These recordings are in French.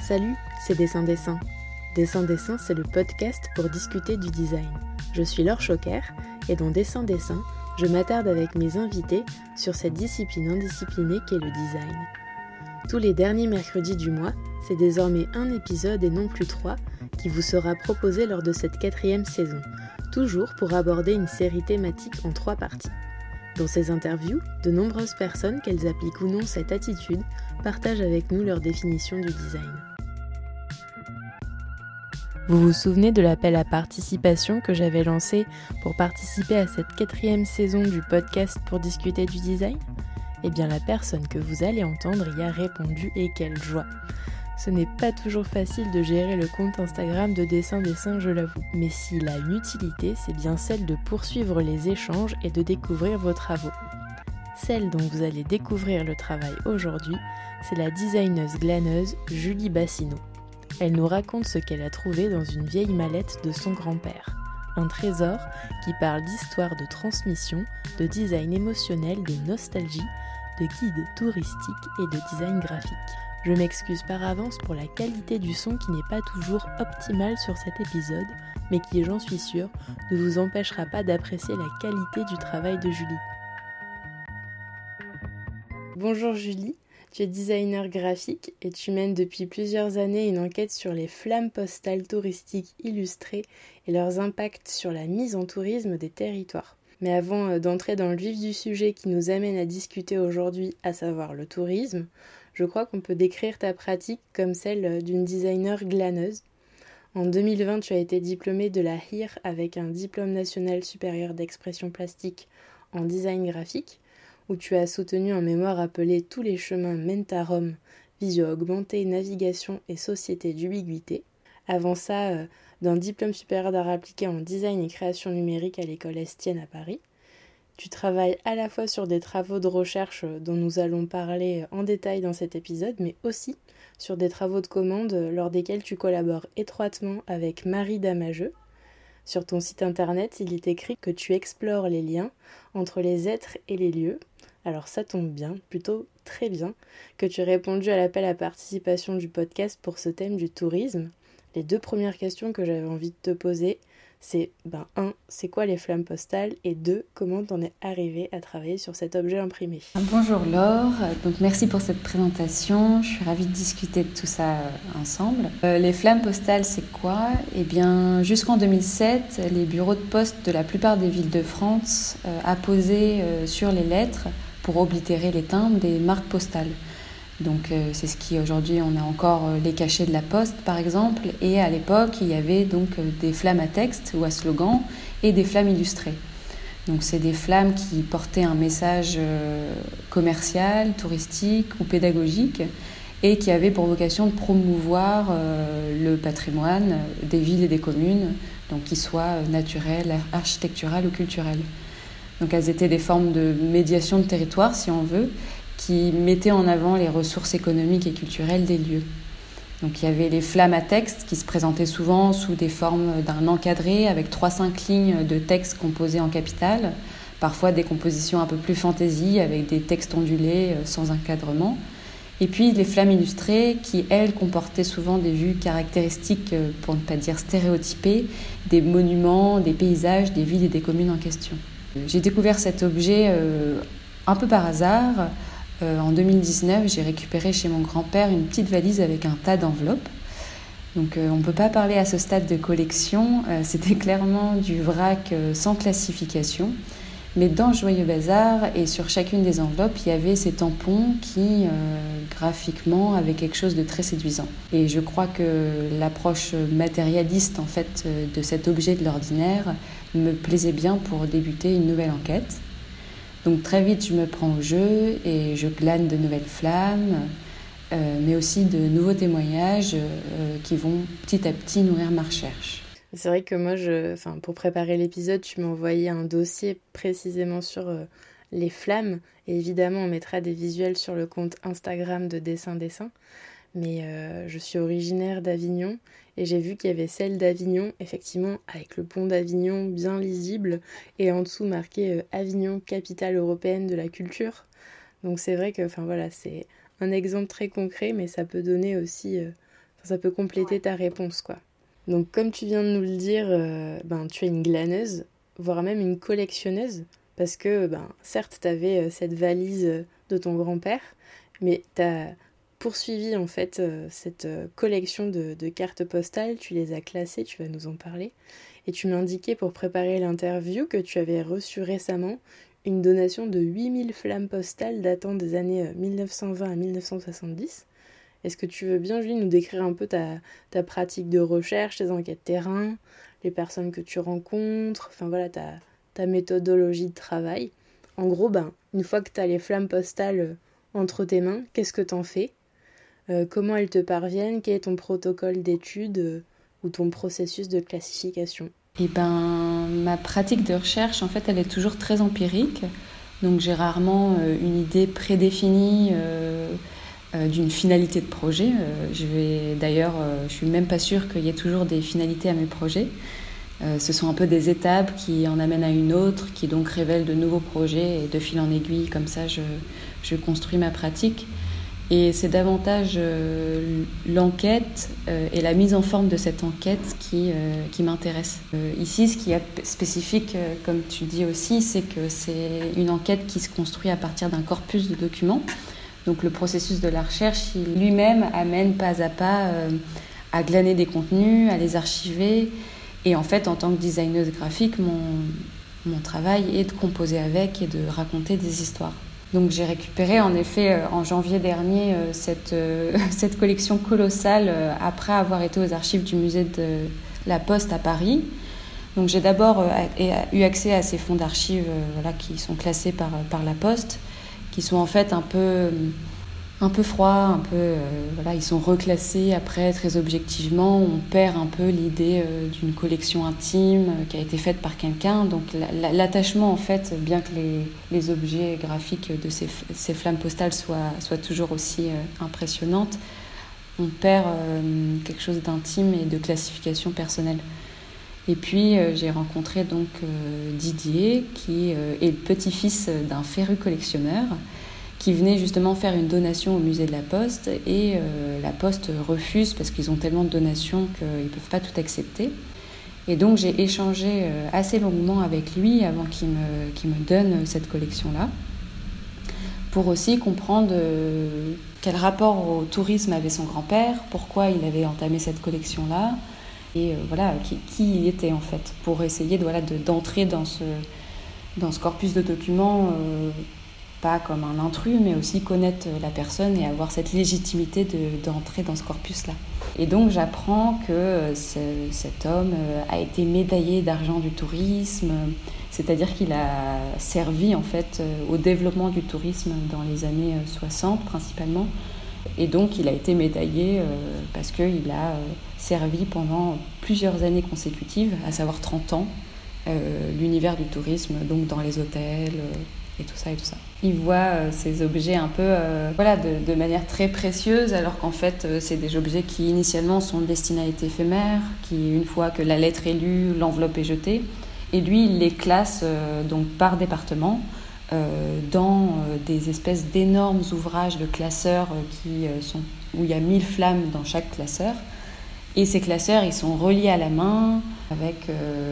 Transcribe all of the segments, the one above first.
Salut, c'est Dessin Dessin. Dessin Dessin, c'est le podcast pour discuter du design. Je suis Laure Choquer et dans Dessin Dessin, je m'attarde avec mes invités sur cette discipline indisciplinée qu'est le design. Tous les derniers mercredis du mois, c'est désormais un épisode et non plus 3 qui vous sera proposé lors de cette 4e saison, toujours pour aborder une série thématique en 3 parties. Dans ces interviews, de nombreuses personnes, qu'elles appliquent ou non cette attitude, partagent avec nous leur définition du design. Vous vous souvenez de l'appel à participation que j'avais lancé pour participer à cette 4e saison du podcast pour discuter du design ? Eh bien la personne que vous allez entendre y a répondu et quelle joie ! Ce n'est pas toujours facile de gérer le compte Instagram de Dessin Dessin, je l'avoue. Mais s'il a une utilité, c'est bien celle de poursuivre les échanges et de découvrir vos travaux. Celle dont vous allez découvrir le travail aujourd'hui, c'est la designeuse glaneuse Julie Bassino. Elle nous raconte ce qu'elle a trouvé dans une vieille mallette de son grand-père. Un trésor qui parle d'histoire de transmission, de design émotionnel, de nostalgie, de guide touristique et de design graphique. Je m'excuse par avance pour la qualité du son qui n'est pas toujours optimale sur cet épisode, mais qui, j'en suis sûre, ne vous empêchera pas d'apprécier la qualité du travail de Julie. Bonjour Julie, tu es designer graphique et tu mènes depuis plusieurs années une enquête sur les flammes postales touristiques illustrées et leurs impacts sur la mise en tourisme des territoires. Mais avant d'entrer dans le vif du sujet qui nous amène à discuter aujourd'hui, à savoir le tourisme, je crois qu'on peut décrire ta pratique comme celle d'une designer glaneuse. En 2020, tu as été diplômée de la HIR avec un diplôme national supérieur d'expression plastique en design graphique, où tu as soutenu un mémoire appelé « Tous les chemins mènent à Rome, visio augmentée, navigation et société d'ubiquité ». Avant ça, d'un diplôme supérieur d'art appliqué en design et création numérique à l'école Estienne à Paris. Tu travailles à la fois sur des travaux de recherche dont nous allons parler en détail dans cet épisode, mais aussi sur des travaux de commande lors desquels tu collabores étroitement avec Marie Damageux. Sur ton site internet, il est écrit que tu explores les liens entre les êtres et les lieux. Alors ça tombe bien, plutôt très bien, que tu aies répondu à l'appel à participation du podcast pour ce thème du tourisme. Les 2 premières questions que j'avais envie de te poser, c'est 1. C'est quoi les flammes postales ? Et 2. Comment t'en es arrivée à travailler sur cet objet imprimé ? Bonjour Laure, donc merci pour cette présentation, je suis ravie de discuter de tout ça ensemble. Les flammes postales, c'est quoi ? Eh bien, jusqu'en 2007, les bureaux de poste de la plupart des villes de France apposaient sur les lettres, pour oblitérer les timbres, des marques postales. Donc c'est ce qui aujourd'hui on a encore les cachets de la Poste par exemple, et à l'époque il y avait donc des flammes à texte ou à slogan et des flammes illustrées. Donc c'est des flammes qui portaient un message commercial, touristique ou pédagogique et qui avaient pour vocation de promouvoir le patrimoine des villes et des communes, donc qu'ils soient naturels, architectural ou culturels. Donc elles étaient des formes de médiation de territoire si on veut, qui mettaient en avant les ressources économiques et culturelles des lieux. Donc il y avait les flammes à texte qui se présentaient souvent sous des formes d'un encadré avec 3-5 lignes de texte composées en capitales, parfois des compositions un peu plus fantaisie avec des textes ondulés sans encadrement. Et puis les flammes illustrées qui, elles, comportaient souvent des vues caractéristiques, pour ne pas dire stéréotypées, des monuments, des paysages, des villes et des communes en question. J'ai découvert cet objet un peu par hasard. En 2019, j'ai récupéré chez mon grand-père une petite valise avec un tas d'enveloppes. Donc on ne peut pas parler à ce stade de collection, c'était clairement du vrac sans classification. Mais dans Joyeux Bazar et sur chacune des enveloppes, il y avait ces tampons qui, graphiquement, avaient quelque chose de très séduisant. Et je crois que l'approche matérialiste en fait, de cet objet de l'ordinaire me plaisait bien pour débuter une nouvelle enquête. Donc très vite, je me prends au jeu et je glane de nouvelles flammes, mais aussi de nouveaux témoignages qui vont petit à petit nourrir ma recherche. C'est vrai que moi, pour préparer l'épisode, tu m'as envoyé un dossier précisément sur les flammes. Et évidemment, on mettra des visuels sur le compte Instagram de Dessin Dessin. Mais je suis originaire d'Avignon et j'ai vu qu'il y avait celle d'Avignon, effectivement, avec le pont d'Avignon bien lisible et en dessous marqué Avignon, capitale européenne de la culture. Donc c'est vrai que, c'est un exemple très concret, mais ça peut donner aussi Ça peut compléter ta réponse, quoi. Donc, comme tu viens de nous le dire, tu es une glaneuse, voire même une collectionneuse, parce que, certes, tu avais cette valise de ton grand-père, mais tu as poursuivi, en fait, cette collection de cartes postales, tu les as classées, tu vas nous en parler, et tu m'indiquais pour préparer l'interview que tu avais reçu récemment une donation de 8000 flammes postales datant des années 1920 à 1970. Est-ce que tu veux bien, Julie, nous décrire un peu ta pratique de recherche, tes enquêtes terrain, les personnes que tu rencontres, enfin voilà, ta méthodologie de travail. En gros, une fois que tu as les flammes postales entre tes mains, qu'est-ce que tu en fais ? Comment elles te parviennent ? Quel est ton protocole d'étude ou ton processus de classification ? Ma pratique de recherche, en fait, elle est toujours très empirique. Donc j'ai rarement une idée prédéfinie d'une finalité de projet. Je suis même pas sûre qu'il y ait toujours des finalités à mes projets. Ce sont un peu des étapes qui en amènent à une autre, qui donc révèlent de nouveaux projets, et de fil en aiguille, comme ça, je construis ma pratique. Et c'est davantage l'enquête et la mise en forme de cette enquête qui m'intéresse. Ici, ce qui est spécifique, comme tu dis aussi, c'est que c'est une enquête qui se construit à partir d'un corpus de documents. Donc le processus de la recherche, il lui-même amène pas à pas à glaner des contenus, à les archiver. Et en fait, en tant que designeuse graphique, mon travail est de composer avec et de raconter des histoires. Donc j'ai récupéré en effet en janvier dernier cette collection colossale après avoir été aux archives du musée de la Poste à Paris. Donc j'ai d'abord eu accès à ces fonds d'archives qui sont classés par la Poste, qui sont en fait un peu froids, ils sont reclassés après très objectivement. On perd un peu l'idée d'une collection intime qui a été faite par quelqu'un. Donc l'attachement, en fait, bien que les objets graphiques de ces flammes postales soient toujours aussi impressionnantes, on perd quelque chose d'intime et de classification personnelle. Et puis j'ai rencontré donc Didier, qui est le petit-fils d'un féru collectionneur, qui venait justement faire une donation au musée de la Poste, et la Poste refuse parce qu'ils ont tellement de donations qu'ils ne peuvent pas tout accepter. Et donc j'ai échangé assez longuement avec lui avant qu'il me donne cette collection-là, pour aussi comprendre quel rapport au tourisme avait son grand-père, pourquoi il avait entamé cette collection-là, et qui il était en fait, pour essayer d'entrer dans ce corpus de documents, pas comme un intrus, mais aussi connaître la personne et avoir cette légitimité d'entrer dans ce corpus-là. Et donc j'apprends que cet homme a été médaillé d'argent du tourisme, c'est-à-dire qu'il a servi en fait au développement du tourisme dans les années 60 principalement. Et donc il a été médaillé parce qu'il a servi pendant plusieurs années consécutives, à savoir 30 ans, l'univers du tourisme, donc dans les hôtels et tout ça. Il voit ces objets un peu de manière très précieuse, alors qu'en fait c'est des objets qui initialement sont destinés à être éphémères, qui une fois que la lettre est lue, l'enveloppe est jetée. Et lui, il les classe donc par département dans des espèces d'énormes ouvrages de classeurs où il y a 1000 flammes dans chaque classeur. Et ces classeurs, ils sont reliés à la main avec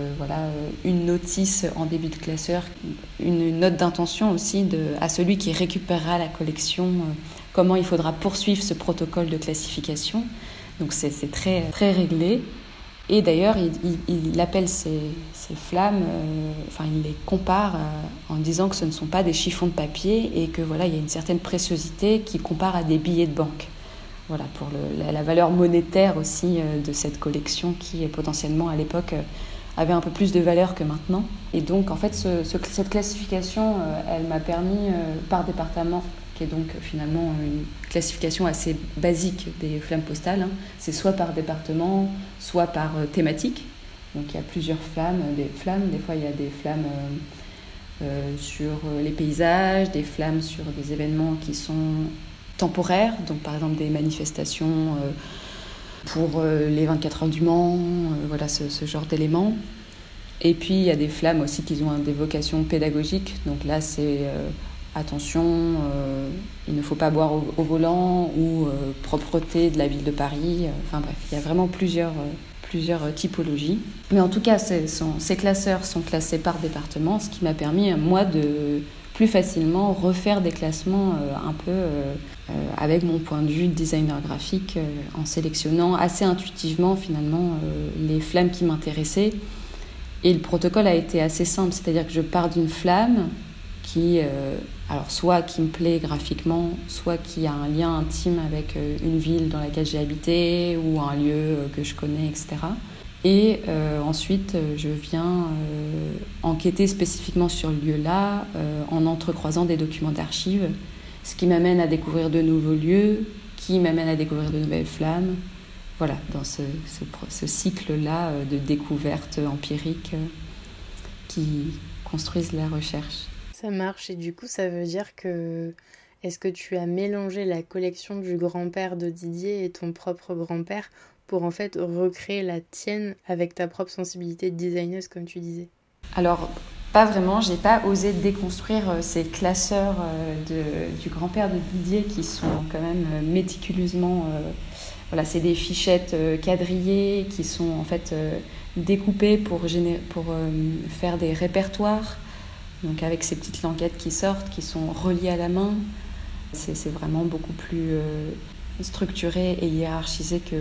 une notice en début de classeur, une note d'intention aussi à celui qui récupérera la collection, comment il faudra poursuivre ce protocole de classification. Donc c'est très, très réglé. Et d'ailleurs, il appelle ces flammes, il les compare en disant que ce ne sont pas des chiffons de papier, et que il y a une certaine préciosité qui compare à des billets de banque. Voilà, pour la valeur monétaire aussi de cette collection qui, potentiellement, à l'époque, avait un peu plus de valeur que maintenant. Et donc, en fait, cette classification, elle m'a permis, par département, qui est donc finalement une classification assez basique des flammes postales, c'est soit par département, soit par thématique. Donc, il y a plusieurs flammes. Des fois, il y a des flammes sur les paysages, des flammes sur des événements qui sont temporaires, donc par exemple des manifestations pour les 24 heures du Mans, ce genre d'éléments. Et puis il y a des flammes aussi qui ont des vocations pédagogiques, donc là c'est attention, il ne faut pas boire au volant, ou propreté de la ville de Paris. Enfin bref, il y a vraiment plusieurs typologies. Mais en tout cas, ces classeurs sont classés par département, ce qui m'a permis, moi, de plus facilement refaire des classements un peu avec mon point de vue de designer graphique, en sélectionnant assez intuitivement finalement les flammes qui m'intéressaient. Et le protocole a été assez simple, c'est-à-dire que je pars d'une flamme qui, alors soit qui me plaît graphiquement, soit qui a un lien intime avec une ville dans laquelle j'ai habité ou un lieu que je connais, etc. Et ensuite, je viens enquêter spécifiquement sur le lieu-là en entrecroisant des documents d'archives, ce qui m'amène à découvrir de nouveaux lieux, qui m'amène à découvrir de nouvelles flammes. Voilà, dans ce cycle-là de découverte empirique qui construisent la recherche. Ça marche, et du coup, ça veut dire que... Est-ce que tu as mélangé la collection du grand-père de Didier et ton propre grand-père pour en fait recréer la tienne avec ta propre sensibilité de designeuse, comme tu disais? Alors, pas vraiment, j'ai pas osé déconstruire ces classeurs du grand-père de Didier qui sont quand même méticuleusement... Voilà, c'est des fichettes quadrillées qui sont en fait découpées pour faire des répertoires, donc avec ces petites languettes qui sortent, qui sont reliées à la main. C'est vraiment beaucoup plus structuré et hiérarchisé que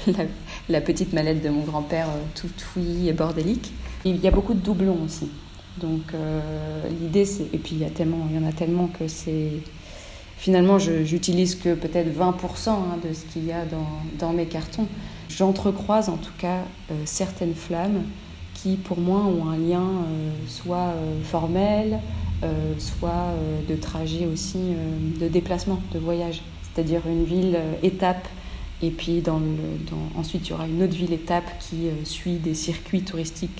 la petite mallette de mon grand-père, tout fouillis et bordélique. Il y a beaucoup de doublons aussi. Donc l'idée, c'est... Et puis il y en a tellement que c'est... Finalement, j'utilise que peut-être 20% de ce qu'il y a dans mes cartons. J'entrecroise en tout cas certaines flammes qui, pour moi, ont un lien soit formel, soit de trajet aussi, de déplacement, de voyage. C'est-à-dire une ville étape, et puis ensuite il y aura une autre ville étape qui suit des circuits touristiques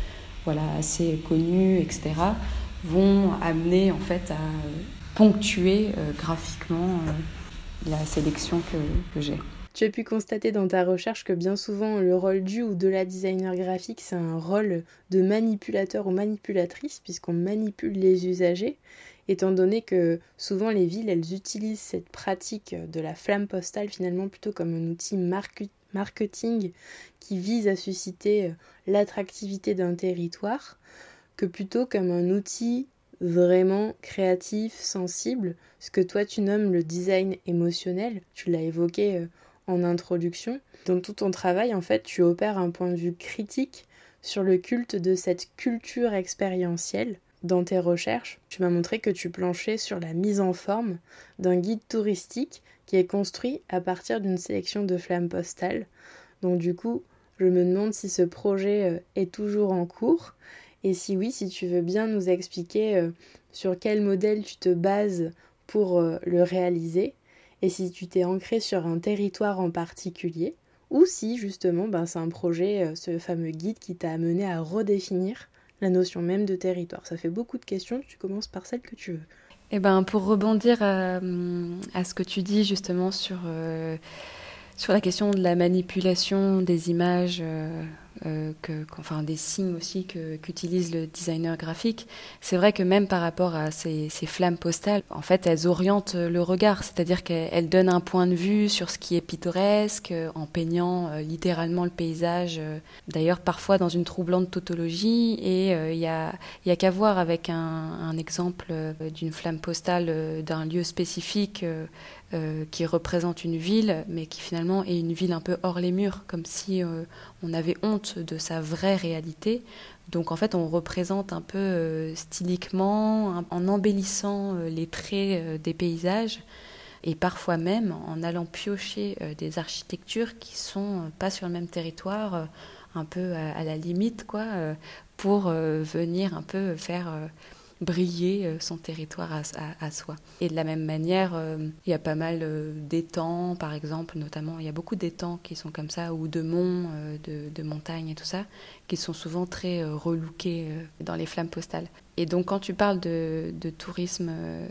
assez connus, etc., vont amener en fait à ponctuer graphiquement la sélection que j'ai. Tu as pu constater dans ta recherche que bien souvent le rôle du ou de la designer graphique, c'est un rôle de manipulateur ou manipulatrice, puisqu'on manipule les usagers, étant donné que souvent les villes, elles utilisent cette pratique de la flamme postale finalement plutôt comme un outil marketing qui vise à susciter l'attractivité d'un territoire, que plutôt comme un outil vraiment créatif, sensible, ce que toi tu nommes le design émotionnel. Tu l'as évoqué en introduction. Dans tout ton travail, en fait, tu opères un point de vue critique sur le culte de cette culture expérientielle. Dans tes recherches, tu m'as montré que tu planchais sur la mise en forme d'un guide touristique qui est construit à partir d'une sélection de flammes postales. Donc du coup, je me demande si ce projet est toujours en cours. Et si oui, si tu veux bien nous expliquer sur quel modèle tu te bases pour le réaliser, et si tu t'es ancré sur un territoire en particulier, ou si justement c'est un projet, ce fameux guide qui t'a amené à redéfinir la notion même de territoire. Ça fait beaucoup de questions, tu commences par celle que tu veux. Eh ben, pour rebondir à ce que tu dis justement sur la question de la manipulation des images, des signes aussi qu'utilise le designer graphique, c'est vrai que même par rapport à ces flammes postales, en fait, elles orientent le regard, c'est-à-dire qu'elles donnent un point de vue sur ce qui est pittoresque, en peignant littéralement le paysage, d'ailleurs parfois dans une troublante tautologie, et il y a qu'à voir avec un exemple d'une flamme postale d'un lieu spécifique qui représente une ville, mais qui finalement est une ville un peu hors les murs, comme si on avait honte de sa vraie réalité. Donc en fait, on représente un peu styliquement, en embellissant les traits des paysages, et parfois même en allant piocher des architectures qui sont pas sur le même territoire, un peu à la limite, pour venir un peu faire... briller son territoire à soi. Et de la même manière, il y a pas mal d'étangs, par exemple, notamment, il y a beaucoup d'étangs qui sont comme ça, ou de monts, de montagnes et tout ça, qui sont souvent très relookés dans les flammes postales. Et donc, quand tu parles de tourisme,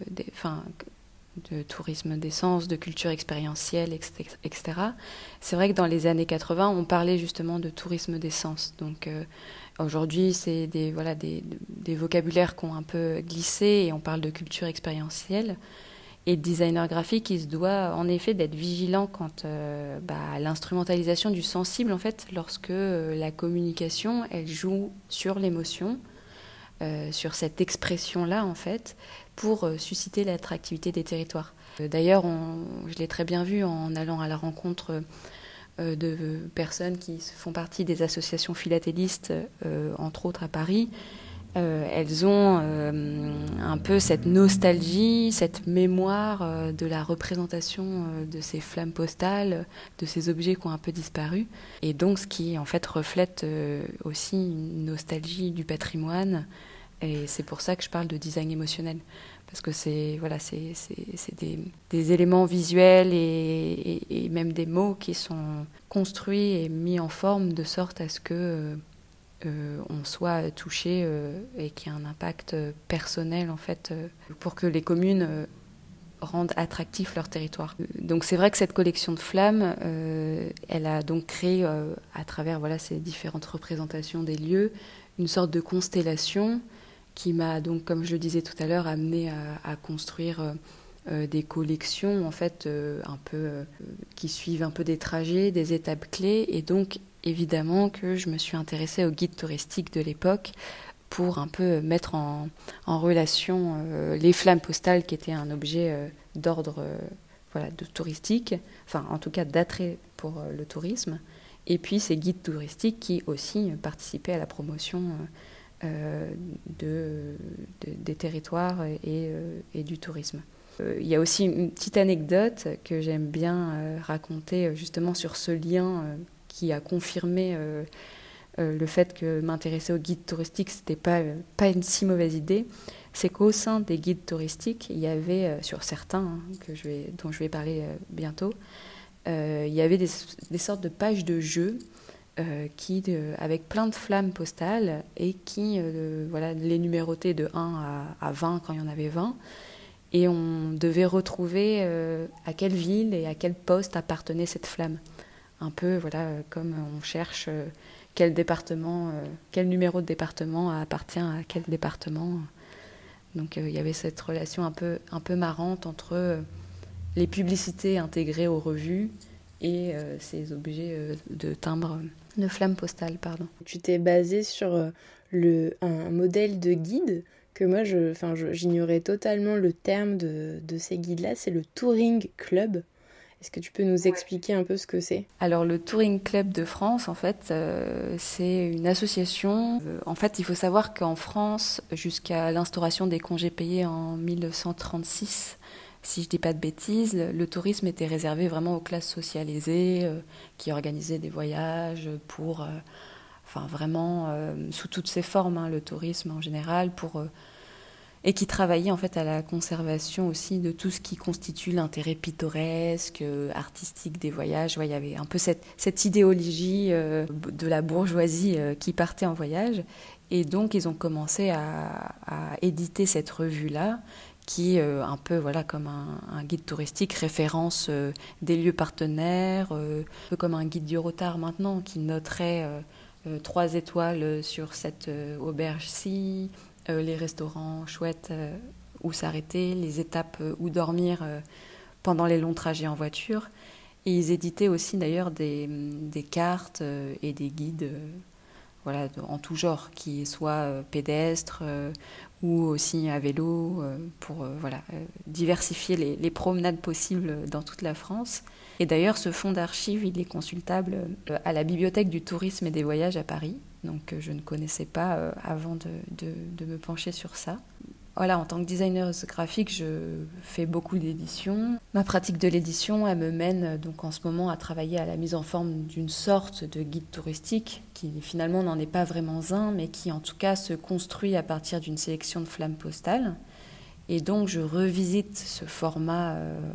de tourisme d'essence, de culture expérientielle, etc., c'est vrai que dans les années 80, on parlait justement de tourisme d'essence. Donc, Aujourd'hui, c'est des vocabulaires qui ont un peu glissé et on parle de culture expérientielle. Et le designer graphique, il se doit en effet d'être vigilant quant à l'instrumentalisation du sensible, en fait, lorsque la communication, elle joue sur l'émotion, sur cette expression-là, en fait, pour susciter l'attractivité des territoires. D'ailleurs, je l'ai très bien vu en allant à la rencontre de personnes qui font partie des associations philatélistes, entre autres à Paris. Elles ont un peu cette nostalgie, cette mémoire de la représentation de ces flammes postales, de ces objets qui ont un peu disparu. Et donc, ce qui, en fait, reflète aussi une nostalgie du patrimoine. Et c'est pour ça que je parle de design émotionnel. Parce que c'est des éléments visuels et même des mots qui sont construits et mis en forme de sorte à ce que on soit touché et qu'il y ait un impact personnel en fait pour que les communes rendent attractif leur territoire. Donc c'est vrai que cette collection de flammes, elle a donc créé à travers ces différentes représentations des lieux une sorte de constellation qui m'a donc, comme je le disais tout à l'heure, amené à construire des collections en fait un peu qui suivent un peu des trajets, des étapes clés, et donc évidemment que je me suis intéressée aux guides touristiques de l'époque pour un peu mettre en relation les flammes postales qui étaient un objet d'ordre de touristique, enfin en tout cas d'attrait pour le tourisme, et puis ces guides touristiques qui aussi participaient à la promotion des territoires et du tourisme. Il y a aussi une petite anecdote que j'aime bien raconter justement sur ce lien qui a confirmé le fait que m'intéresser aux guides touristiques, c'était pas une si mauvaise idée. C'est qu'au sein des guides touristiques, il y avait, sur certains dont je vais parler bientôt, il y avait des sortes de pages de jeux avec plein de flammes postales et qui les numérotaient de 1 à 20 quand il y en avait 20. Et on devait retrouver à quelle ville et à quel poste appartenait cette flamme. Un peu comme on cherche quel département, quel numéro de département appartient à quel département. Donc il y avait cette relation un peu marrante entre les publicités intégrées aux revues et ces objets de timbre, de flammes postales, pardon. Tu t'es basée sur un modèle de guide que moi, j'ignorais totalement le terme de ces guides-là, c'est le Touring Club. Est-ce que tu peux nous expliquer un peu ce que c'est ? Alors le Touring Club de France, en fait, c'est une association. En fait, il faut savoir qu'en France, jusqu'à l'instauration des congés payés en 1936, si je dis pas de bêtises, le tourisme était réservé vraiment aux classes socialisées qui organisaient des voyages pour, vraiment sous toutes ses formes, le tourisme en général, et qui travaillait en fait à la conservation aussi de tout ce qui constitue l'intérêt pittoresque, artistique des voyages. Il y avait un peu cette idéologie de la bourgeoisie qui partait en voyage. Et donc ils ont commencé à éditer cette revue-là, qui un peu comme un guide touristique référence des lieux partenaires, un peu comme un guide d'Eurotard maintenant qui noterait 3 étoiles sur cette auberge-ci, les restaurants chouettes où s'arrêter, les étapes où dormir pendant les longs trajets en voiture. Et ils éditaient aussi d'ailleurs des cartes et des guides en tout genre, qui soient pédestres ou aussi à vélo, pour diversifier les promenades possibles dans toute la France. Et d'ailleurs, ce fonds d'archives, il est consultable à la Bibliothèque du tourisme et des voyages à Paris. Donc je ne connaissais pas avant de me pencher sur ça. Voilà, en tant que designer graphique, je fais beaucoup d'éditions. Ma pratique de l'édition, elle me mène donc en ce moment à travailler à la mise en forme d'une sorte de guide touristique qui finalement n'en est pas vraiment un, mais qui en tout cas se construit à partir d'une sélection de flammes postales. Et donc je revisite ce format,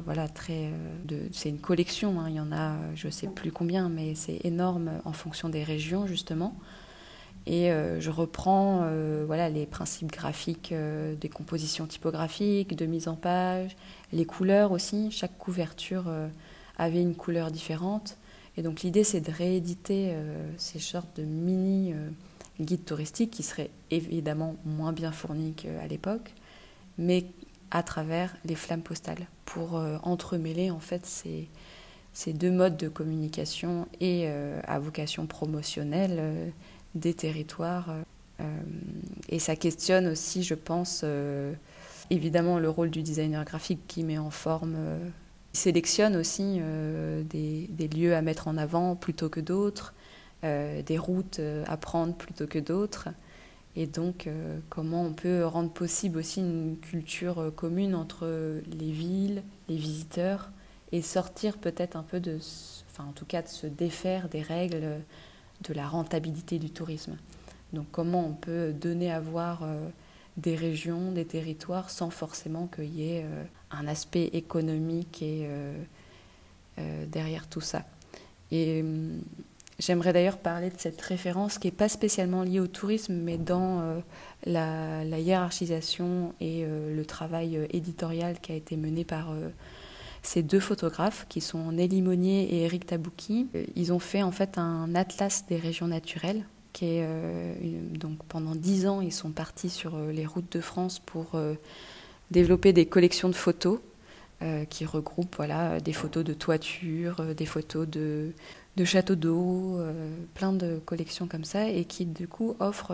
c'est une collection, il y en a je ne sais plus combien, mais c'est énorme en fonction des régions justement. Et je reprends les principes graphiques des compositions typographiques, de mise en page, les couleurs aussi. Chaque couverture avait une couleur différente. Et donc l'idée, c'est de rééditer ces sortes de mini guide touristique qui serait évidemment moins bien fourni qu'à l'époque, mais à travers les flammes postales, pour entremêler en fait ces deux modes de communication et à vocation promotionnelle des territoires. Et ça questionne aussi, je pense, évidemment le rôle du designer graphique qui met en forme, qui sélectionne aussi des lieux à mettre en avant plutôt que d'autres, des routes à prendre plutôt que d'autres. Et donc, comment on peut rendre possible aussi une culture commune entre les villes, les visiteurs, et sortir peut-être un peu en tout cas de se défaire des règles de la rentabilité du tourisme. Donc, comment on peut donner à voir des régions, des territoires, sans forcément qu'il y ait un aspect économique et derrière tout ça. Et j'aimerais d'ailleurs parler de cette référence qui n'est pas spécialement liée au tourisme, mais dans la hiérarchisation et le travail éditorial qui a été mené par ces deux photographes, qui sont Nelly Monnier et Éric Tabouki. Ils ont fait en fait un atlas des régions naturelles. Donc pendant 10 ans, ils sont partis sur les routes de France pour développer des collections de photos qui regroupent des photos de toitures, des photos de châteaux d'eau, plein de collections comme ça, et qui du coup offrent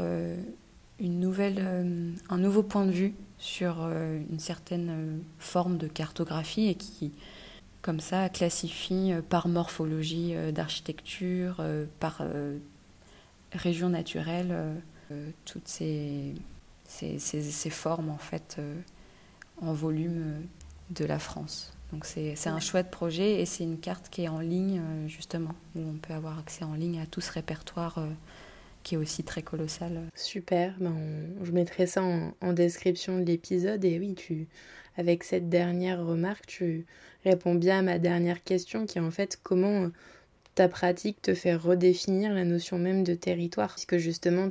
un nouveau point de vue sur une certaine forme de cartographie et qui, comme ça, classifie par morphologie d'architecture, par région naturelle, toutes ces formes en fait en volume de la France. Donc c'est un chouette projet et c'est une carte qui est en ligne justement, où on peut avoir accès en ligne à tout ce répertoire qui est aussi très colossal. Super, je mettrai ça en description de l'épisode. Et oui, avec cette dernière remarque, tu réponds bien à ma dernière question qui est en fait comment ta pratique te fait redéfinir la notion même de territoire. Puisque justement,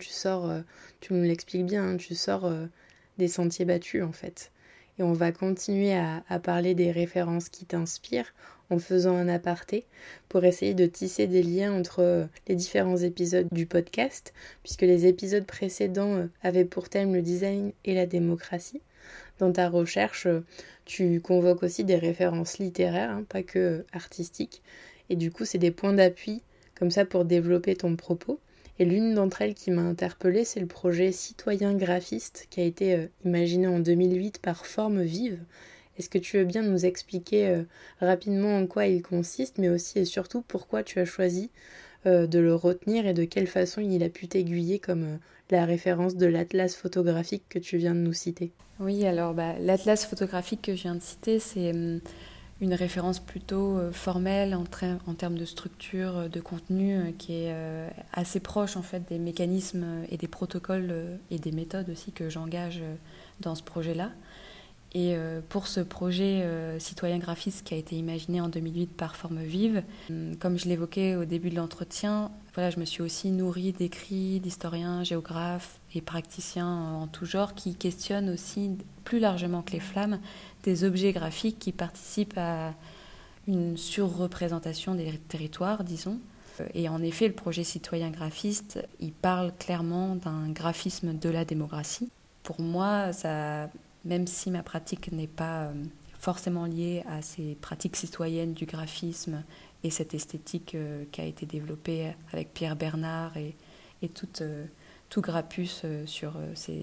tu nous l'expliques bien, hein, tu sors des sentiers battus en fait. Et on va continuer à parler des références qui t'inspirent en faisant un aparté pour essayer de tisser des liens entre les différents épisodes du podcast, puisque les épisodes précédents avaient pour thème le design et la démocratie. Dans ta recherche, tu convoques aussi des références littéraires, hein, pas que artistiques, et du coup c'est des points d'appui comme ça pour développer ton propos. Et l'une d'entre elles qui m'a interpellée, c'est le projet Citoyen graphiste qui a été imaginé en 2008 par Forme Vive. Est-ce que tu veux bien nous expliquer rapidement en quoi il consiste, mais aussi et surtout pourquoi tu as choisi de le retenir et de quelle façon il a pu t'aiguiller comme la référence de l'atlas photographique que tu viens de nous citer? Oui, alors l'atlas photographique que je viens de citer, c'est une référence plutôt formelle en termes de structure, de contenu, qui est assez proche en fait des mécanismes et des protocoles et des méthodes aussi que j'engage dans ce projet-là. Et pour ce projet Citoyen graphiste qui a été imaginé en 2008 par Forme Vive, comme je l'évoquais au début de l'entretien, je me suis aussi nourrie d'écrits d'historiens, géographes et praticiens en tout genre qui questionnent aussi plus largement que les flammes des objets graphiques qui participent à une surreprésentation des territoires, disons. Et en effet, le projet Citoyen graphiste, il parle clairement d'un graphisme de la démocratie. Pour moi, même si ma pratique n'est pas forcément liée à ces pratiques citoyennes du graphisme et cette esthétique qui a été développée avec Pierre Bernard et tout Grappus sur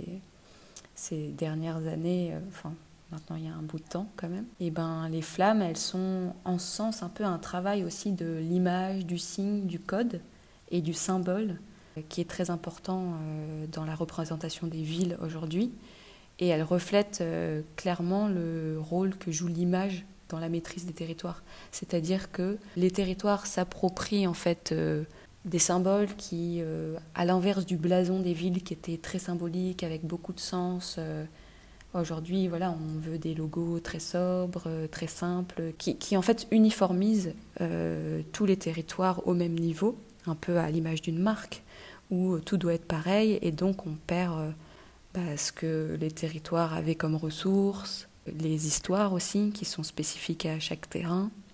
ces dernières années, maintenant il y a un bout de temps quand même, et les flammes, elles sont en ce sens un peu un travail aussi de l'image, du signe, du code et du symbole qui est très important dans la représentation des villes aujourd'hui. Et elle reflète clairement le rôle que joue l'image dans la maîtrise des territoires. C'est-à-dire que les territoires s'approprient en fait des symboles qui, à l'inverse du blason des villes qui était très symbolique, avec beaucoup de sens, aujourd'hui, on veut des logos très sobres, très simples, qui en fait uniformisent tous les territoires au même niveau, un peu à l'image d'une marque, où tout doit être pareil, et donc on perd ce que les territoires avaient comme ressources, les histoires aussi, qui sont spécifiques à chaque terrain.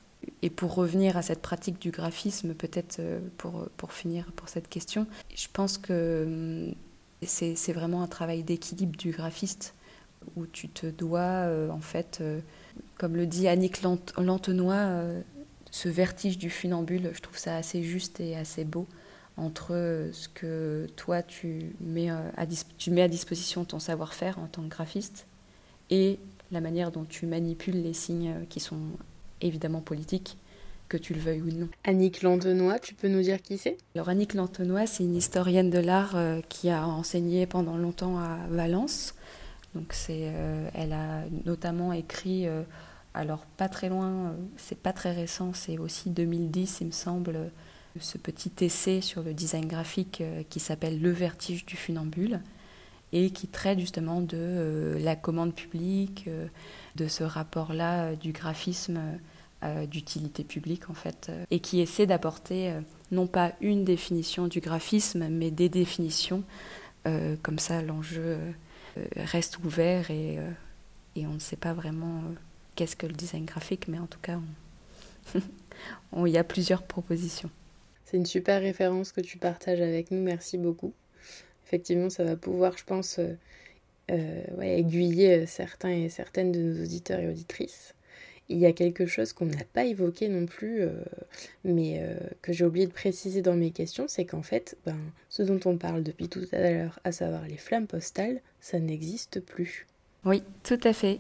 Et pour revenir à cette pratique du graphisme, peut-être pour finir pour cette question, je pense que c'est vraiment un travail d'équilibre du graphiste où tu te dois, en fait, comme le dit Annick Lantenois, ce vertige du funambule, je trouve ça assez juste et assez beau entre ce que toi tu mets à disposition ton savoir-faire en tant que graphiste et la manière dont tu manipules les signes qui sont évidemment politiques, que tu le veuilles ou non. Annick Lantenois, tu peux nous dire qui c'est ? Alors Annick Lantenois, c'est une historienne de l'art qui a enseigné pendant longtemps à Valence. Donc elle a notamment écrit, alors pas très loin, c'est pas très récent, c'est aussi 2010 il me semble, ce petit essai sur le design graphique qui s'appelle Le vertige du funambule et qui traite justement de la commande publique, de ce rapport-là du graphisme d'utilité publique en fait, et qui essaie d'apporter non pas une définition du graphisme, mais des définitions. Comme ça, l'enjeu reste ouvert et on ne sait pas vraiment qu'est-ce que le design graphique, mais en tout cas, il y a plusieurs propositions. C'est une super référence que tu partages avec nous, merci beaucoup. Effectivement, ça va pouvoir, je pense, aiguiller certains et certaines de nos auditeurs et auditrices. Il y a quelque chose qu'on n'a pas évoqué non plus, mais que j'ai oublié de préciser dans mes questions, c'est qu'en fait, ce dont on parle depuis tout à l'heure, à savoir les flammes postales, ça n'existe plus. Oui, tout à fait.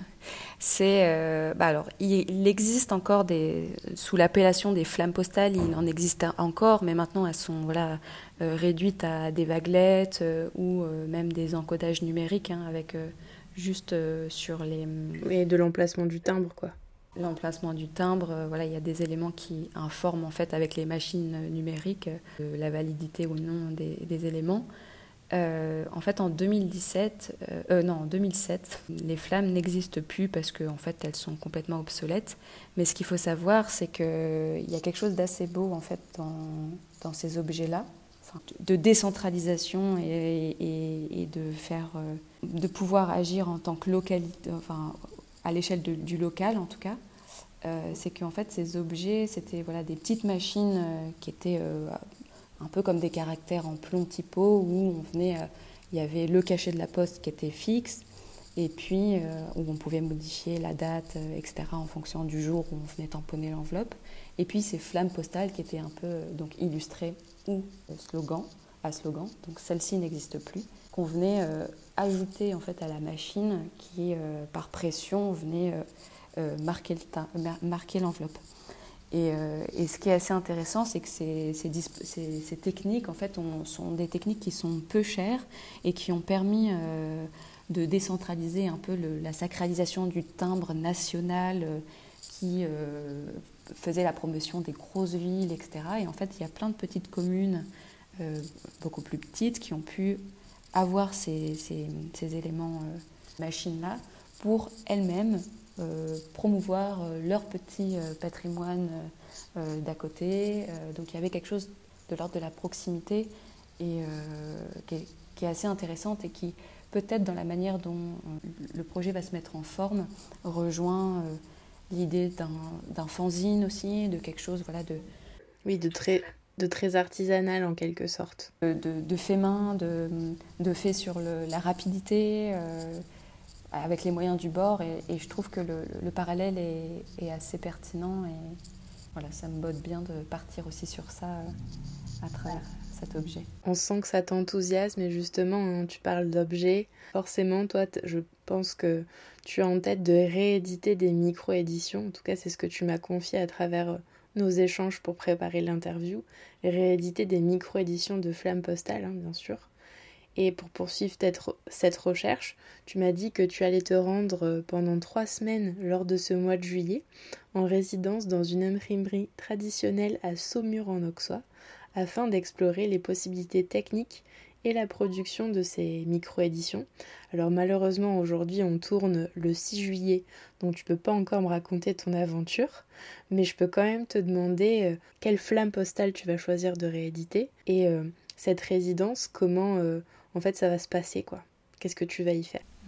Alors, il existe encore sous l'appellation des flammes postales, il en existe encore, mais maintenant elles sont réduites à des vaguelettes ou même des encodages numériques avec juste sur les... Et de l'emplacement du timbre, quoi. L'emplacement du timbre, il y a des éléments qui informent en fait avec les machines numériques la validité ou non des éléments. En fait, en 2007, les flammes n'existent plus parce qu'en fait, elles sont complètement obsolètes. Mais ce qu'il faut savoir, c'est qu'il y a quelque chose d'assez beau en fait dans ces objets-là, de décentralisation et de pouvoir agir en tant que localité, à l'échelle du local en tout cas. C'est qu'en fait, ces objets, c'était des petites machines qui étaient un peu comme des caractères en plomb typo où il y avait le cachet de la poste qui était fixe et puis où on pouvait modifier la date, etc. en fonction du jour où on venait tamponner l'enveloppe. Et puis ces flammes postales qui étaient un peu donc illustrées ou à slogan. Donc celle-ci n'existe plus. Qu'on venait ajouter en fait à la machine qui par pression venait marquer l'enveloppe. Et ce qui est assez intéressant, c'est que ces techniques, en fait, sont des techniques qui sont peu chères et qui ont permis de décentraliser un peu la sacralisation du timbre national qui faisait la promotion des grosses villes, etc. Et en fait, il y a plein de petites communes beaucoup plus petites qui ont pu avoir ces éléments machines-là pour elles-mêmes promouvoir leur petit patrimoine d'à côté. Donc il y avait quelque chose de l'ordre de la proximité et qui est assez intéressante et qui peut-être dans la manière dont le projet va se mettre en forme rejoint l'idée d'un fanzine aussi, de quelque chose Oui, de très artisanal en quelque sorte. De fait main, de fait sur la rapidité, avec les moyens du bord. Et je trouve que le parallèle est assez pertinent. Et ça me botte bien de partir aussi sur ça à travers cet objet. On sent que ça t'enthousiasme et justement, tu parles d'objets. Forcément, toi, je pense que tu as en tête de rééditer des micro-éditions. En tout cas, c'est ce que tu m'as confié à travers nos échanges pour préparer l'interview, rééditer des micro-éditions de flammes postales, bien sûr. Et pour poursuivre cette recherche, tu m'as dit que tu allais te rendre pendant 3 semaines lors de ce mois de juillet en résidence dans une imprimerie traditionnelle à Saumur en Auxois afin d'explorer les possibilités techniques et la production de ces micro-éditions. Alors malheureusement aujourd'hui on tourne le 6 juillet, donc tu peux pas encore me raconter ton aventure, mais je peux quand même te demander quelle flamme postale tu vas choisir de rééditer et cette résidence, comment en fait ça va se passer quoi. Qu'est-ce que tu vas y faire ? Ouais.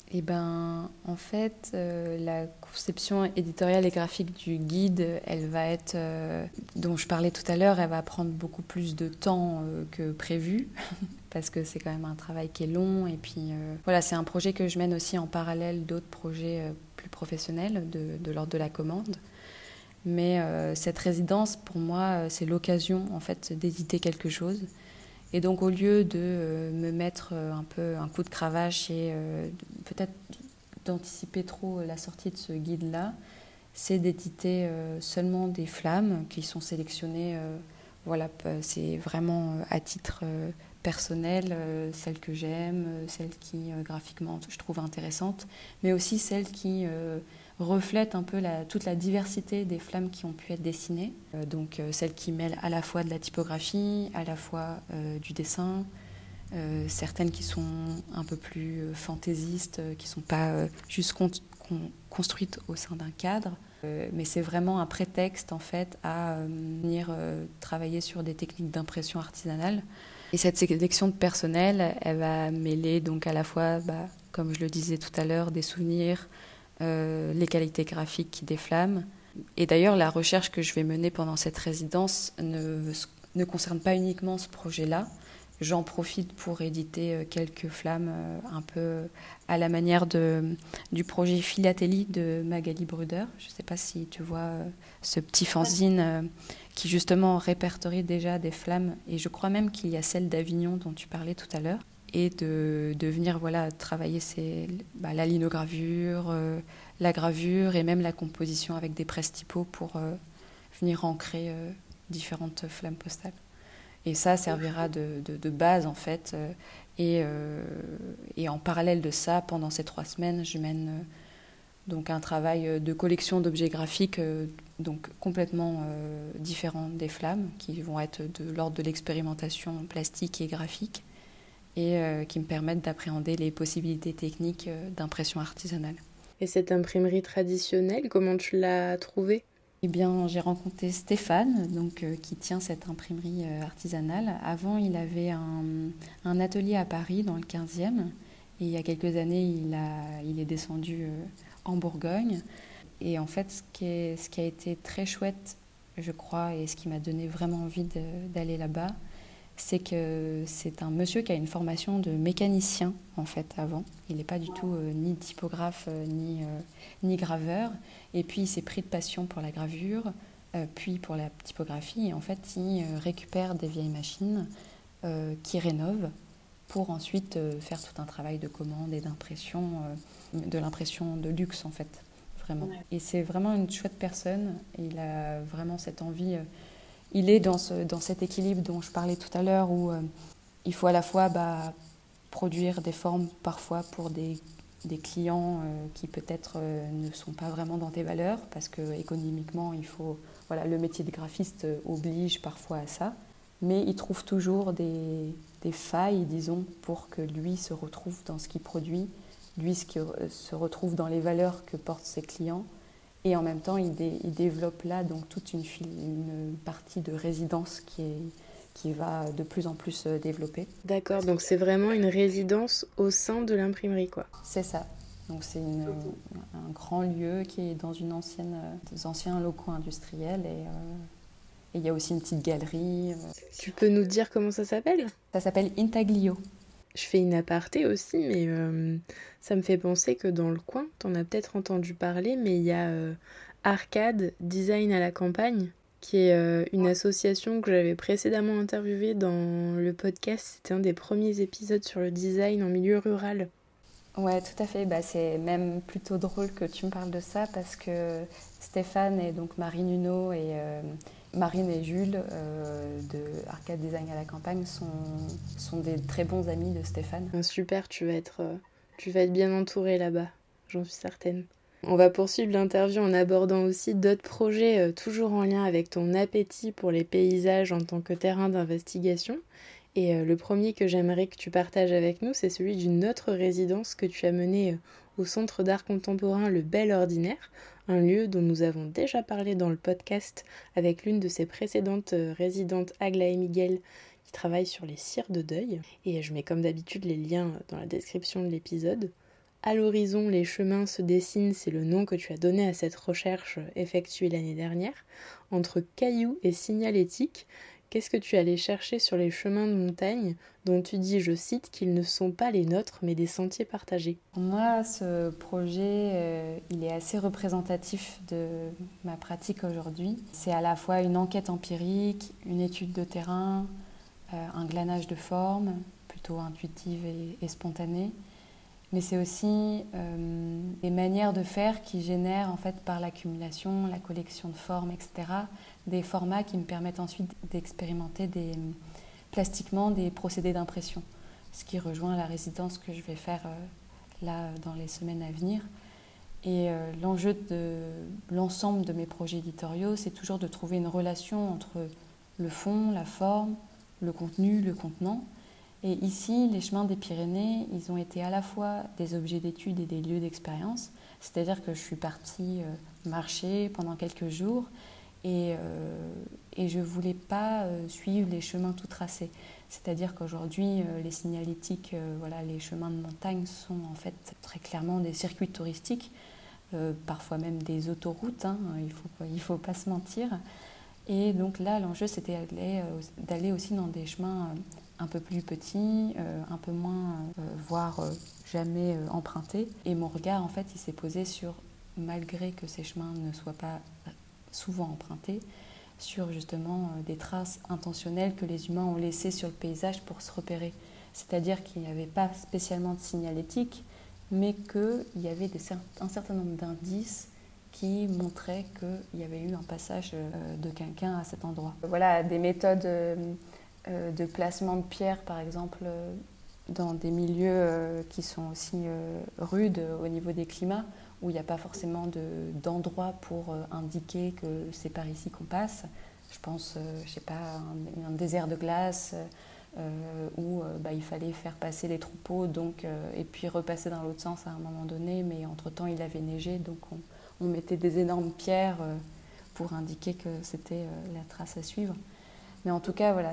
Eh ben, en fait, la conception éditoriale et graphique du guide, elle va être, dont je parlais tout à l'heure, elle va prendre beaucoup plus de temps que prévu, parce que c'est quand même un travail qui est long. Et puis, voilà, c'est un projet que je mène aussi en parallèle d'autres projets plus professionnels de l'ordre de la commande. Mais cette résidence, pour moi, c'est l'occasion, en fait, d'éditer quelque chose. Et donc, au lieu de me mettre un peu un coup de cravache et peut-être d'anticiper trop la sortie de ce guide-là, c'est d'éditer seulement des flammes qui sont sélectionnées. Voilà, c'est vraiment à titre personnel, celles que j'aime, celles qui graphiquement je trouve intéressantes, mais aussi celles qui reflètent un peu toute la diversité des flammes qui ont pu être dessinées. Donc celles qui mêlent à la fois de la typographie, à la fois du dessin, certaines qui sont un peu plus fantaisistes, qui ne sont pas juste construites au sein d'un cadre. Mais c'est vraiment un prétexte en fait à venir travailler sur des techniques d'impression artisanale. Et cette sélection de personnel, elle va mêler donc à la fois, comme je le disais tout à l'heure, des souvenirs, les qualités graphiques des flammes. Et d'ailleurs, la recherche que je vais mener pendant cette résidence ne concerne pas uniquement ce projet-là. J'en profite pour éditer quelques flammes un peu à la manière du projet Philatélie de Magali Bruder. Je ne sais pas si tu vois ce petit fanzine qui justement répertorie déjà des flammes. Et je crois même qu'il y a celle d'Avignon dont tu parlais tout à l'heure. Et de venir travailler la linogravure, la gravure et même la composition avec des presse-typos pour venir ancrer différentes flammes postales. Et ça servira de base, en fait. Et en parallèle de ça, pendant ces 3 semaines, je mène donc un travail de collection d'objets graphiques donc complètement différents des flammes, qui vont être de l'ordre de l'expérimentation plastique et graphique, et qui me permettent d'appréhender les possibilités techniques d'impression artisanale. Et cette imprimerie traditionnelle, comment tu l'as trouvée ? Eh bien, j'ai rencontré Stéphane, qui tient cette imprimerie artisanale. Avant, il avait un atelier à Paris, dans le 15e. Et il y a quelques années, il est descendu en Bourgogne. Et en fait, ce qui a été très chouette, je crois, et ce qui m'a donné vraiment envie d'aller là-bas, c'est que c'est un monsieur qui a une formation de mécanicien, en fait, avant. Il n'est pas du tout ni typographe, ni graveur. Et puis, il s'est pris de passion pour la gravure, puis pour la typographie. Et en fait, il récupère des vieilles machines qu'il rénove pour ensuite faire tout un travail de commande et d'impression, de l'impression de luxe, en fait, vraiment. Ouais. Et c'est vraiment une chouette personne. Il a vraiment cette envie... il est dans cet équilibre dont je parlais tout à l'heure, où il faut à la fois produire des formes parfois pour des clients qui peut-être ne sont pas vraiment dans tes valeurs, parce que économiquement, le métier de graphiste oblige parfois à ça, mais il trouve toujours des failles, disons, pour que lui se retrouve dans ce qu'il produit, lui se retrouve dans les valeurs que portent ses clients. Et en même temps, il développe là donc toute une partie de résidence qui va de plus en plus développer. D'accord, donc c'est vraiment une résidence au sein de l'imprimerie, quoi. C'est ça. Donc c'est un grand lieu qui est dans des anciens locaux industriels, et il y a aussi une petite galerie. Tu peux nous dire comment ça s'appelle ? Ça s'appelle Intaglio. Je fais une aparté aussi, mais ça me fait penser que dans le coin, t'en as peut-être entendu parler, mais il y a Arcade Design à la campagne, qui est une association que j'avais précédemment interviewée dans le podcast. C'était un des premiers épisodes sur le design en milieu rural. Ouais, tout à fait. C'est même plutôt drôle que tu me parles de ça, parce que Stéphane et donc Marine Huneau et Marine et Jules de Arcade Design à la campagne sont des très bons amis de Stéphane. Super, tu vas être bien entourée là-bas, j'en suis certaine. On va poursuivre l'interview en abordant aussi d'autres projets toujours en lien avec ton appétit pour les paysages en tant que terrain d'investigation. Et le premier que j'aimerais que tu partages avec nous, c'est celui d'une autre résidence que tu as menée au Centre d'art contemporain Le Bel Ordinaire, un lieu dont nous avons déjà parlé dans le podcast avec l'une de ses précédentes résidentes, Aglaé Miguel, qui travaille sur les cires de deuil. Et je mets comme d'habitude les liens dans la description de l'épisode. À l'horizon, les chemins se dessinent, c'est le nom que tu as donné à cette recherche effectuée l'année dernière. Entre cailloux et signalétique, qu'est-ce que tu allais chercher sur les chemins de montagne dont tu dis, je cite, qu'ils ne sont pas les nôtres mais des sentiers partagés? Pour moi, ce projet, il est assez représentatif de ma pratique aujourd'hui. C'est à la fois une enquête empirique, une étude de terrain, un glanage de formes, plutôt intuitive et spontanée. Mais c'est aussi des manières de faire qui génèrent, en fait, par l'accumulation, la collection de formes, etc., des formats qui me permettent ensuite d'expérimenter plastiquement des procédés d'impression. Ce qui rejoint la résidence que je vais faire là dans les semaines à venir. Et l'enjeu de l'ensemble de mes projets éditoriaux, c'est toujours de trouver une relation entre le fond, la forme, le contenu, le contenant. Et ici, les chemins des Pyrénées, ils ont été à la fois des objets d'étude et des lieux d'expérience. C'est-à-dire que je suis partie marcher pendant quelques jours et je ne voulais pas suivre les chemins tout tracés. C'est-à-dire qu'aujourd'hui, les signalétiques, voilà, les chemins de montagne sont en fait très clairement des circuits touristiques, parfois même des autoroutes, hein, il faut pas se mentir. Et donc là, l'enjeu, c'était d'aller aussi dans des chemins un peu plus petits, un peu moins, voire jamais empruntés. Et mon regard, en fait, il s'est posé sur, malgré que ces chemins ne soient pas souvent empruntés, sur justement des traces intentionnelles que les humains ont laissées sur le paysage pour se repérer. C'est-à-dire qu'il n'y avait pas spécialement de signalétique, mais qu'il y avait un certain nombre d'indices qui montraient qu'il y avait eu un passage de quelqu'un à cet endroit. Voilà, des méthodes de placement de pierres, par exemple, dans des milieux qui sont aussi rudes au niveau des climats, où il n'y a pas forcément d'endroit pour indiquer que c'est par ici qu'on passe. Je pense, je sais pas, un désert de glace où il fallait faire passer les troupeaux, donc, et puis repasser dans l'autre sens à un moment donné, mais entre-temps il avait neigé, donc on mettait des énormes pierres pour indiquer que c'était la trace à suivre. Mais en tout cas, voilà,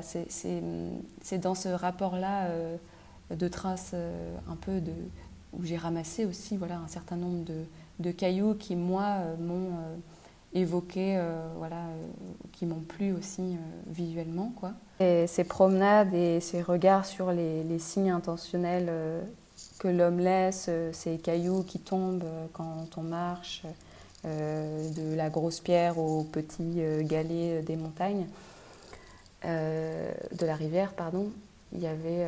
c'est dans ce rapport-là de traces un peu où j'ai ramassé aussi voilà, un certain nombre de cailloux qui, moi, m'ont évoqué, qui m'ont plu aussi visuellement, quoi. Et ces promenades et ces regards sur les signes intentionnels que l'homme laisse, ces cailloux qui tombent quand on marche, de la grosse pierre au petit galet des montagnes, de la rivière, pardon. Il y avait,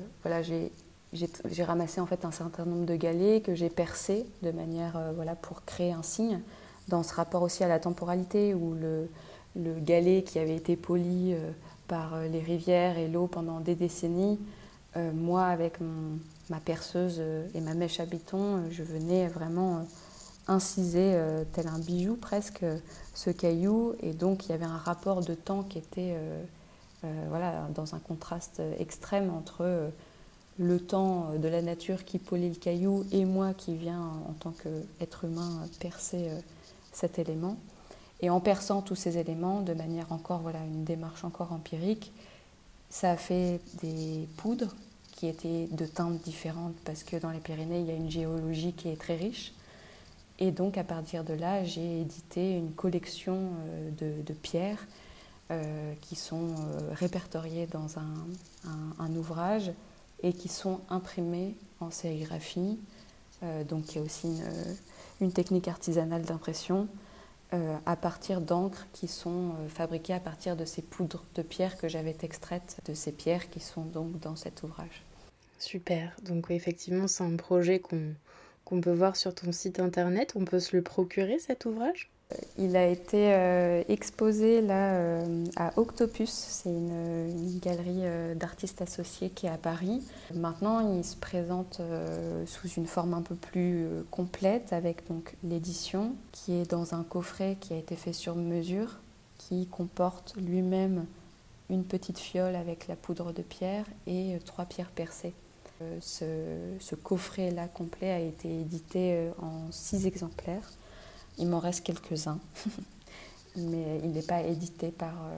j'ai ramassé en fait un certain nombre de galets que j'ai percés de manière pour créer un signe, dans ce rapport aussi à la temporalité, où le galet qui avait été poli par les rivières et l'eau pendant des décennies, moi avec ma perceuse et ma mèche à béton, je venais vraiment inciser tel un bijou presque ce caillou, et donc il y avait un rapport de temps qui était dans un contraste extrême entre le temps de la nature qui polit le caillou et moi qui viens en tant qu'être humain percer cet élément. Et en perçant tous ces éléments de manière encore, une démarche encore empirique, ça a fait des poudres qui étaient de teintes différentes parce que dans les Pyrénées, il y a une géologie qui est très riche. Et donc à partir de là, j'ai édité une collection de pierres qui sont répertoriées dans un ouvrage et qui sont imprimées en sérigraphie. Donc il y a aussi une technique artisanale d'impression à partir d'encres qui sont fabriquées à partir de ces poudres de pierre que j'avais extraites de ces pierres qui sont donc dans cet ouvrage. Super, donc oui, effectivement c'est un projet qu'on peut voir sur ton site internet. On peut se le procurer cet ouvrage ? Il a été exposé là à Octopus, c'est une galerie d'artistes associés qui est à Paris. Maintenant, il se présente sous une forme un peu plus complète avec donc l'édition qui est dans un coffret qui a été fait sur mesure, qui comporte lui-même une petite fiole avec la poudre de pierre et 3 pierres percées. Ce coffret-là complet a été édité en 6 exemplaires. Il m'en reste quelques-uns, mais il n'est pas édité par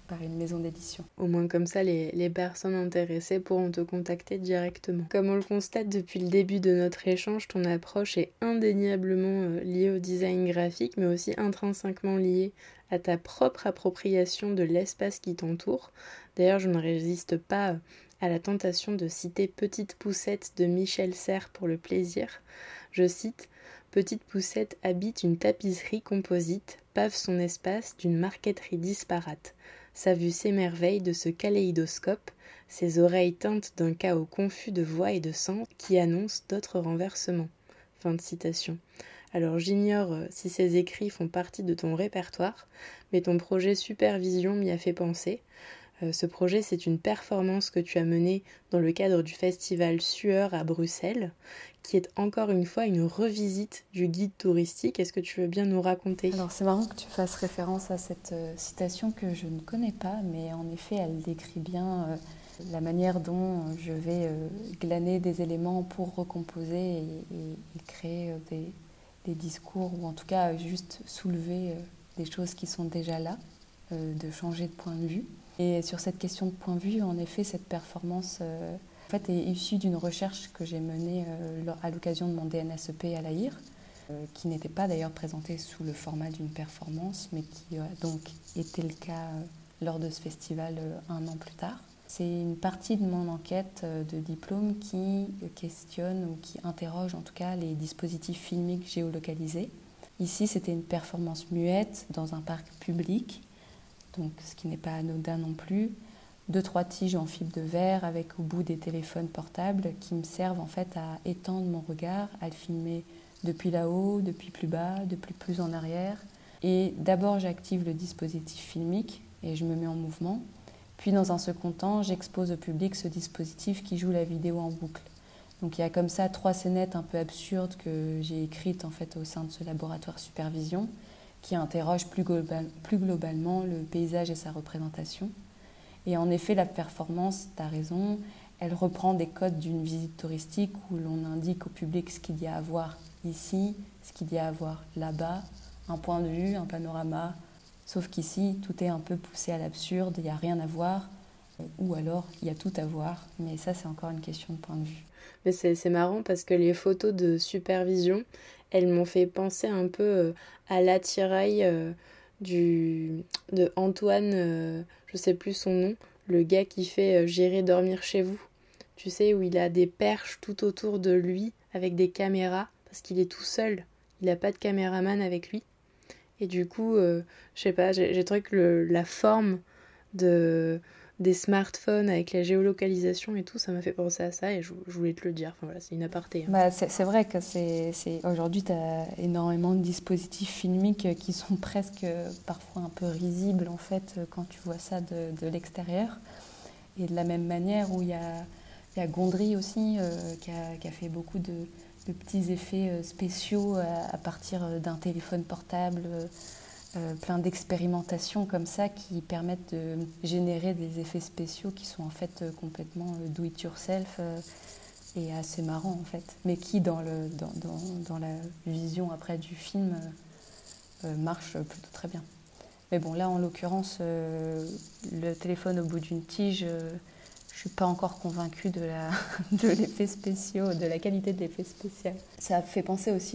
par une maison d'édition. Au moins comme ça, les personnes intéressées pourront te contacter directement. Comme on le constate depuis le début de notre échange, ton approche est indéniablement liée au design graphique, mais aussi intrinsèquement liée à ta propre appropriation de l'espace qui t'entoure. D'ailleurs, je ne résiste pas à la tentation de citer Petite Poussette de Michel Serres pour le plaisir. Je cite: Petite Poussette habite une tapisserie composite, pave son espace d'une marqueterie disparate. Sa vue s'émerveille de ce kaléidoscope, ses oreilles teintent d'un chaos confus de voix et de sons qui annonce d'autres renversements. Fin de citation. Alors j'ignore si ces écrits font partie de ton répertoire, mais ton projet Supervision m'y a fait penser. Ce projet, c'est une performance que tu as menée dans le cadre du festival Sueur à Bruxelles, qui est encore une fois une revisite du guide touristique. Est-ce que tu veux bien nous raconter ? Alors c'est marrant que tu fasses référence à cette citation que je ne connais pas, mais en effet elle décrit bien la manière dont je vais glaner des éléments pour recomposer et créer des discours, ou en tout cas juste soulever des choses qui sont déjà là, de changer de point de vue. Et sur cette question de point de vue, en effet, cette performance en fait, est issue d'une recherche que j'ai menée à l'occasion de mon DNSEP à l'AIR, qui n'était pas d'ailleurs présentée sous le format d'une performance, mais qui a donc été le cas lors de ce festival un an plus tard. C'est une partie de mon enquête de diplôme qui questionne ou qui interroge en tout cas les dispositifs filmiques géolocalisés. Ici, c'était une performance muette dans un parc public, donc ce qui n'est pas anodin non plus. 2-3 tiges en fibre de verre avec au bout des téléphones portables qui me servent en fait à étendre mon regard, à le filmer depuis là-haut, depuis plus bas, depuis plus en arrière. Et d'abord j'active le dispositif filmique et je me mets en mouvement. Puis dans un second temps, j'expose au public ce dispositif qui joue la vidéo en boucle. Donc il y a comme ça 3 scénettes un peu absurdes que j'ai écrites en fait au sein de ce laboratoire Supervision, qui interroge plus globalement le paysage et sa représentation. Et en effet, la performance, tu as raison, elle reprend des codes d'une visite touristique où l'on indique au public ce qu'il y a à voir ici, ce qu'il y a à voir là-bas, un point de vue, un panorama. Sauf qu'ici, tout est un peu poussé à l'absurde, il n'y a rien à voir, ou alors il y a tout à voir. Mais ça, c'est encore une question de point de vue. Mais c'est marrant parce que les photos de Supervision, elles m'ont fait penser un peu à l'attirail de Antoine, je sais plus son nom, le gars qui fait J'irai dormir chez vous. Tu sais, où il a des perches tout autour de lui avec des caméras, parce qu'il est tout seul, il n'a pas de caméraman avec lui. Et du coup, je sais pas, j'ai trouvé que la forme des smartphones avec la géolocalisation et tout, ça m'a fait penser à ça et je voulais te le dire. Enfin voilà, c'est une aparté. Bah, c'est vrai que aujourd'hui, tu as énormément de dispositifs filmiques qui sont presque parfois un peu risibles en fait quand tu vois ça de l'extérieur. Et de la même manière où il y a Gondry aussi qui a fait beaucoup de petits effets spéciaux à partir d'un téléphone portable, plein d'expérimentations comme ça qui permettent de générer des effets spéciaux qui sont en fait complètement do it yourself et assez marrants en fait, mais qui dans la vision après du film marchent plutôt très bien. Mais bon, là en l'occurrence, le téléphone au bout d'une tige, je suis pas encore convaincue de l'effet spéciaux, de la qualité de l'effet spécial. Ça fait penser aussi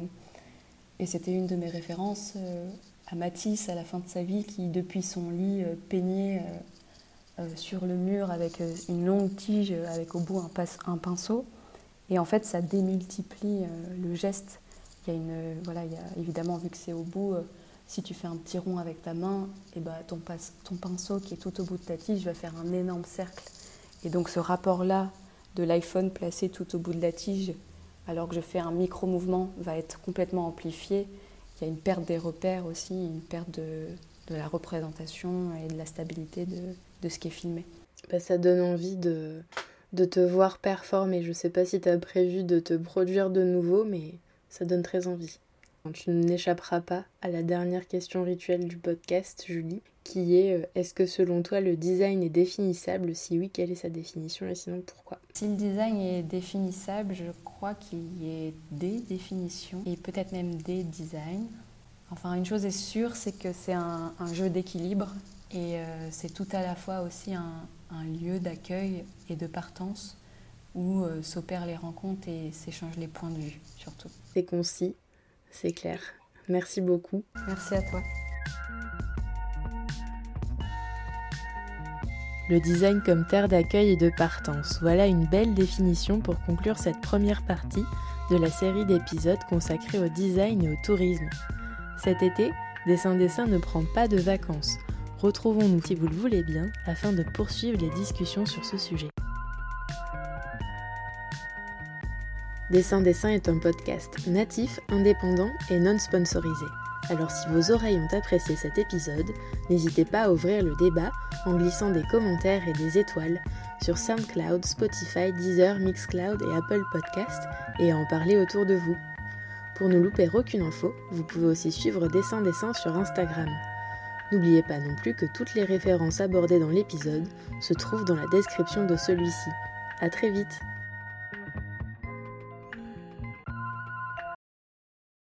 et c'était une de mes références, à Matisse à la fin de sa vie qui depuis son lit peignait sur le mur avec une longue tige avec au bout un pinceau, et en fait ça démultiplie le geste. Il y a évidemment, vu que c'est au bout, si tu fais un petit rond avec ta main, et ben ton pinceau qui est tout au bout de ta tige va faire un énorme cercle, et donc ce rapport là de l'iPhone placé tout au bout de la tige alors que je fais un micro-mouvement va être complètement amplifié. Il y a une perte des repères aussi, une perte de la représentation et de la stabilité de ce qui est filmé. Bah, ça donne envie de te voir performer. Je ne sais pas si tu as prévu de te produire de nouveau, mais ça donne très envie. Tu n'échapperas pas à la dernière question rituelle du podcast, Julie, qui est est-ce que selon toi le design est définissable ? Si oui, quelle est sa définition et sinon pourquoi ? Si le design est définissable, je crois qu'il y ait des définitions et peut-être même des designs. Enfin, une chose est sûre, c'est que c'est un jeu d'équilibre Et c'est tout à la fois aussi un lieu d'accueil et de partance où s'opèrent les rencontres et s'échangent les points de vue, surtout. C'est concis, c'est clair. Merci beaucoup. Merci à toi. Le design comme terre d'accueil et de partance. Voilà une belle définition pour conclure cette première partie de la série d'épisodes consacrés au design et au tourisme. Cet été, Dessin ne prend pas de vacances. Retrouvons-nous, si vous le voulez bien, afin de poursuivre les discussions sur ce sujet. Dessin est un podcast natif, indépendant et non sponsorisé. Alors si vos oreilles ont apprécié cet épisode, n'hésitez pas à ouvrir le débat en glissant des commentaires et des étoiles sur SoundCloud, Spotify, Deezer, Mixcloud et Apple Podcasts et à en parler autour de vous. Pour ne louper aucune info, vous pouvez aussi suivre Dessin sur Instagram. N'oubliez pas non plus que toutes les références abordées dans l'épisode se trouvent dans la description de celui-ci. À très vite!